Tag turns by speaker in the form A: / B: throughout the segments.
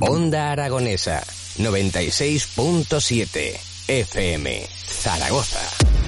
A: Onda Aragonesa, 96.7 FM, Zaragoza.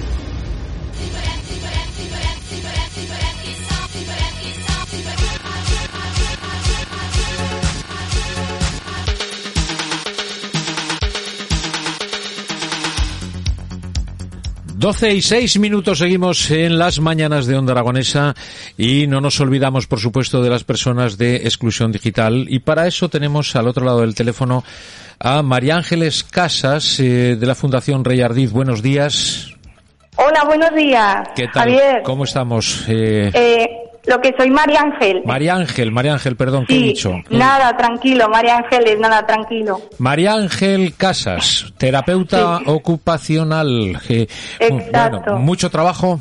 B: 12:06 seguimos en las mañanas de Onda Aragonesa y no nos olvidamos, por supuesto, de las personas de exclusión digital, y para eso tenemos al otro lado del teléfono a María Ángeles Casas, de la Fundación Rey Ardiz. Buenos días.
C: Hola, buenos días.
B: ¿Qué tal?
C: Javier.
B: ¿Cómo estamos?
C: Lo que soy María Ángel.
B: María Ángel, perdón, ¿qué he dicho?
C: Nada, tranquilo, María Ángeles, nada, tranquilo.
B: María Ángel Casas, terapeuta ocupacional.
C: Exacto.
B: Bueno, ¿mucho trabajo?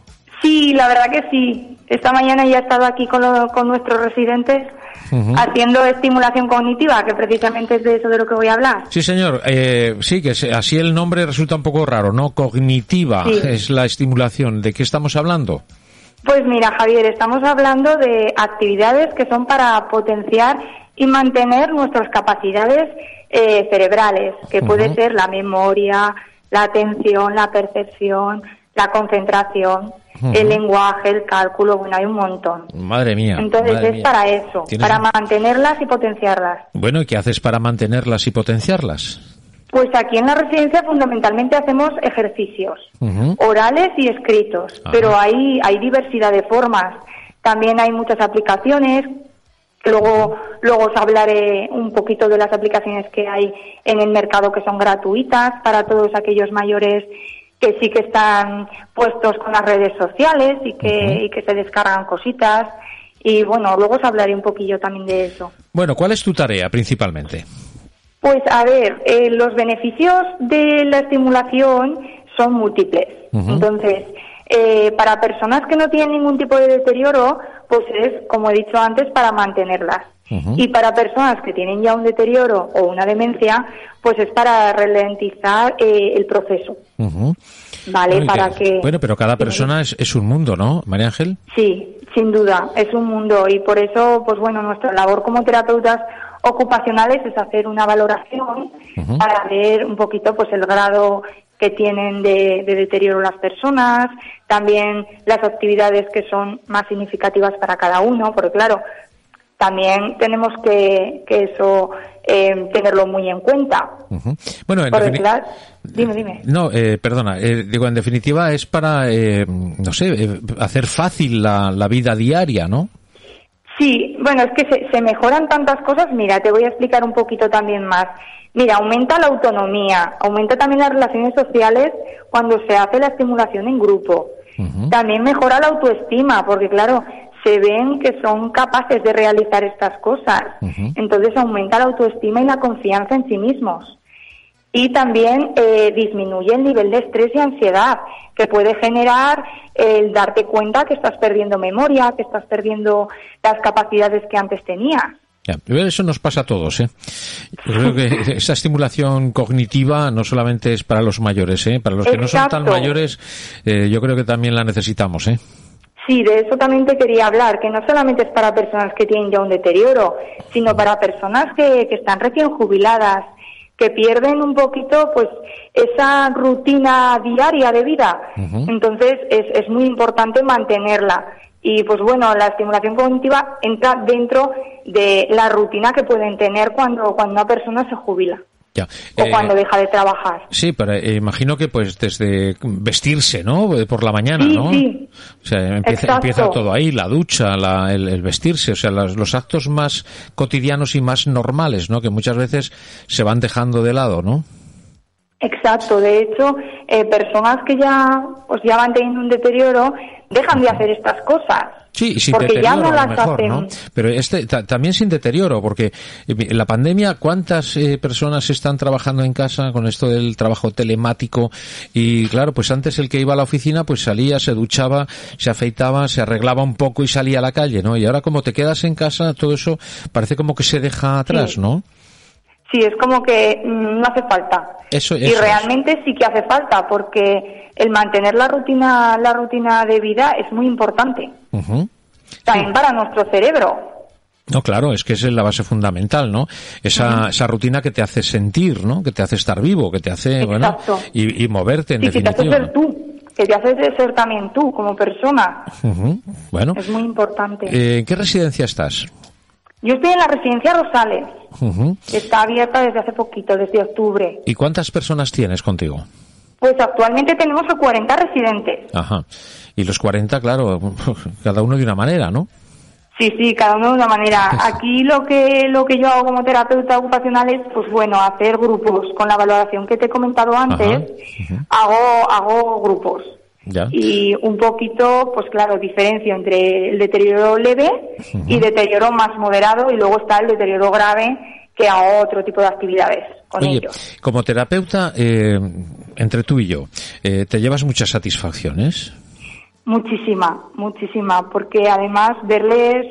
C: Sí, la verdad que sí. Esta mañana ya he estado aquí con nuestros residentes haciendo estimulación cognitiva, que precisamente es de eso de lo que voy a hablar.
B: Sí, señor. Sí, que así el nombre resulta un poco raro, ¿no? Cognitiva es la estimulación. ¿De qué estamos hablando?
C: Pues mira, Javier, estamos hablando de actividades que son para potenciar y mantener nuestras capacidades cerebrales, que puede ser la memoria, la atención, la percepción, la concentración, el lenguaje, el cálculo, bueno, hay un montón.
B: Madre mía.
C: Entonces para eso, para mantenerlas y potenciarlas.
B: Bueno, ¿y qué haces para mantenerlas y potenciarlas?
C: Pues aquí en la residencia fundamentalmente hacemos ejercicios orales y escritos, pero hay diversidad de formas. También hay muchas aplicaciones. Luego os hablaré un poquito de las aplicaciones que hay en el mercado que son gratuitas para todos aquellos mayores que sí que están puestos con las redes sociales y que se descargan cositas. Y bueno, luego os hablaré un poquillo también de eso.
B: Bueno, ¿cuál es tu tarea principalmente?
C: Pues a ver, los beneficios de la estimulación son múltiples. Entonces, para personas que no tienen ningún tipo de deterioro, pues es, como he dicho antes, para mantenerlas. Y para personas que tienen ya un deterioro o una demencia, pues es para ralentizar el proceso. ¿Vale?
B: Bueno,
C: para que...
B: Bueno, pero cada persona es un mundo, ¿no, María Ángel?
C: Sí, sin duda, es un mundo. Y por eso, pues bueno, nuestra labor como terapeutas ocupacionales es hacer una valoración para ver un poquito pues el grado que tienen de deterioro las personas, también las actividades que son más significativas para cada uno, porque claro, también tenemos que eso tenerlo muy en cuenta.
B: Bueno,
C: dime.
B: No, perdona, digo, en definitiva es para, no sé, hacer fácil la vida diaria, ¿no?
C: Sí, bueno, es que se mejoran tantas cosas. Mira, te voy a explicar un poquito también más. Mira, aumenta la autonomía, aumenta también las relaciones sociales cuando se hace la estimulación en grupo. También mejora la autoestima, porque claro, se ven que son capaces de realizar estas cosas. Entonces aumenta la autoestima y la confianza en sí mismos. Y también disminuye el nivel de estrés y ansiedad que puede generar el darte cuenta que estás perdiendo memoria, que estás perdiendo las capacidades que antes tenías.
B: Ya, eso nos pasa a todos, ¿eh? Yo creo que esa estimulación cognitiva no solamente es para los mayores, ¿eh? Para los que no son tan mayores, yo creo que también la necesitamos, ¿eh?
C: Sí, de eso también te quería hablar, que no solamente es para personas que tienen ya un deterioro, sino para personas que están recién jubiladas, que pierden un poquito pues esa rutina diaria de vida. Entonces es muy importante mantenerla. Y pues bueno, la estimulación cognitiva entra dentro de la rutina que pueden tener cuando una persona se jubila.
B: Ya.
C: O cuando deja de trabajar.
B: Sí, pero imagino que pues desde vestirse, ¿no? Por la mañana,
C: sí,
B: ¿no?
C: Sí.
B: O sea, empieza todo ahí, la ducha, el vestirse, o sea, los actos más cotidianos y más normales, ¿no? Que muchas veces se van dejando de lado, ¿no?
C: Exacto. De hecho, personas que ya van teniendo un deterioro dejan de hacer estas cosas.
B: Sí, sin
C: porque
B: deterioro,
C: ya no las
B: a lo mejor,
C: hacen.
B: ¿no? Pero también sin deterioro, porque en la pandemia, ¿cuántas personas están trabajando en casa con esto del trabajo telemático? Y claro, pues antes el que iba a la oficina, pues salía, se duchaba, se afeitaba, se arreglaba un poco y salía a la calle, ¿no? Y ahora como te quedas en casa, todo eso parece como que se deja atrás, ¿no?
C: Sí, es como que no hace falta.
B: Eso
C: y realmente sí que hace falta, porque el mantener la rutina de vida es muy importante. También para nuestro cerebro.
B: No, claro, es que esa es la base fundamental, ¿no? Esa rutina que te hace sentir, ¿no? Que te hace estar vivo, que te hace, bueno, y moverte en definitiva.
C: Que te hace ser tú, que te hace ser también tú como persona.
B: Bueno.
C: Es muy importante.
B: ¿En qué residencia estás?
C: Yo estoy en la residencia Rosales. Está abierta desde hace poquito, desde octubre.
B: ¿Y cuántas personas tienes contigo?
C: Pues actualmente tenemos a 40 residentes.
B: Ajá. Y los 40, claro, cada uno de una manera, ¿no?
C: Sí, cada uno de una manera. Aquí lo que yo hago como terapeuta ocupacional es, pues bueno, hacer grupos. Con la valoración que te he comentado antes, hago grupos.
B: Ya.
C: Y un poquito, pues claro, diferencio entre el deterioro leve y deterioro más moderado, y luego está el deterioro grave, que hago otro tipo de actividades con ellos.
B: Como terapeuta, entre tú y yo, ¿te llevas muchas satisfacciones? Muchísima, porque además verles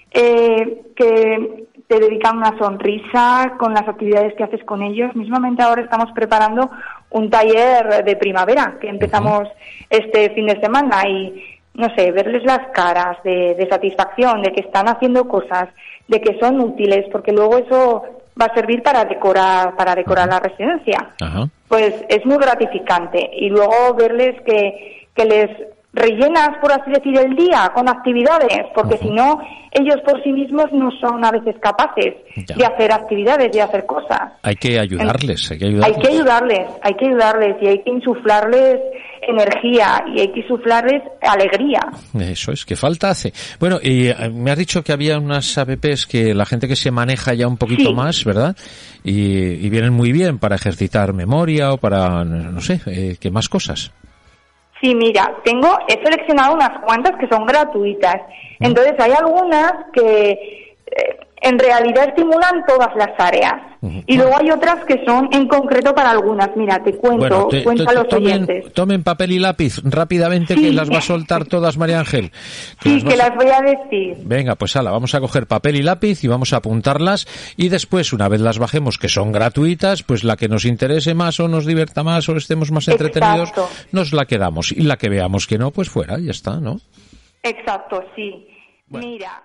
B: que te dedican una sonrisa con las actividades que haces con ellos. Mismamente ahora estamos preparando un taller de primavera que empezamos este fin de semana, y no sé, verles las caras de satisfacción, de que están haciendo cosas, de que son útiles, porque luego eso va a servir para decorar la residencia. Pues es muy gratificante. Y luego verles que les rellenas, por así decir, el día con actividades, porque si no, ellos por sí mismos no son a veces capaces de hacer actividades, de hacer cosas. Hay que ayudarles. Hay que ayudarles y hay que insuflarles energía y hay que insuflarles alegría. Eso es, que falta hace. Bueno, y me has dicho que había unas apps que la gente que se maneja ya un poquito más, ¿verdad? Y vienen muy bien para ejercitar memoria o para, no sé, ¿qué más cosas?
C: Sí, mira, he seleccionado unas cuantas que son gratuitas. Entonces hay algunas que en realidad estimulan todas las áreas. Y luego hay otras que son en concreto para algunas. Mira, te cuento, cuenta a los oyentes.
B: Tomen papel y lápiz rápidamente, que las va a soltar todas, María Ángel.
C: Las voy a decir.
B: Venga, pues vamos a coger papel y lápiz y vamos a apuntarlas, y después, una vez las bajemos, que son gratuitas, pues la que nos interese más o nos divierta más o estemos más entretenidos, nos la quedamos, y la que veamos que no, pues fuera, ya está, ¿no?
C: Exacto, sí. Bueno. Mira.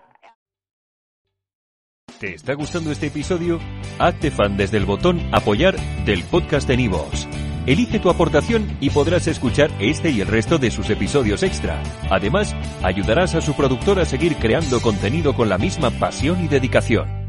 D: ¿Te está gustando este episodio? Hazte fan desde el botón Apoyar del podcast de Nivos. Elige tu aportación y podrás escuchar este y el resto de sus episodios extra. Además, ayudarás a su productor a seguir creando contenido con la misma pasión y dedicación.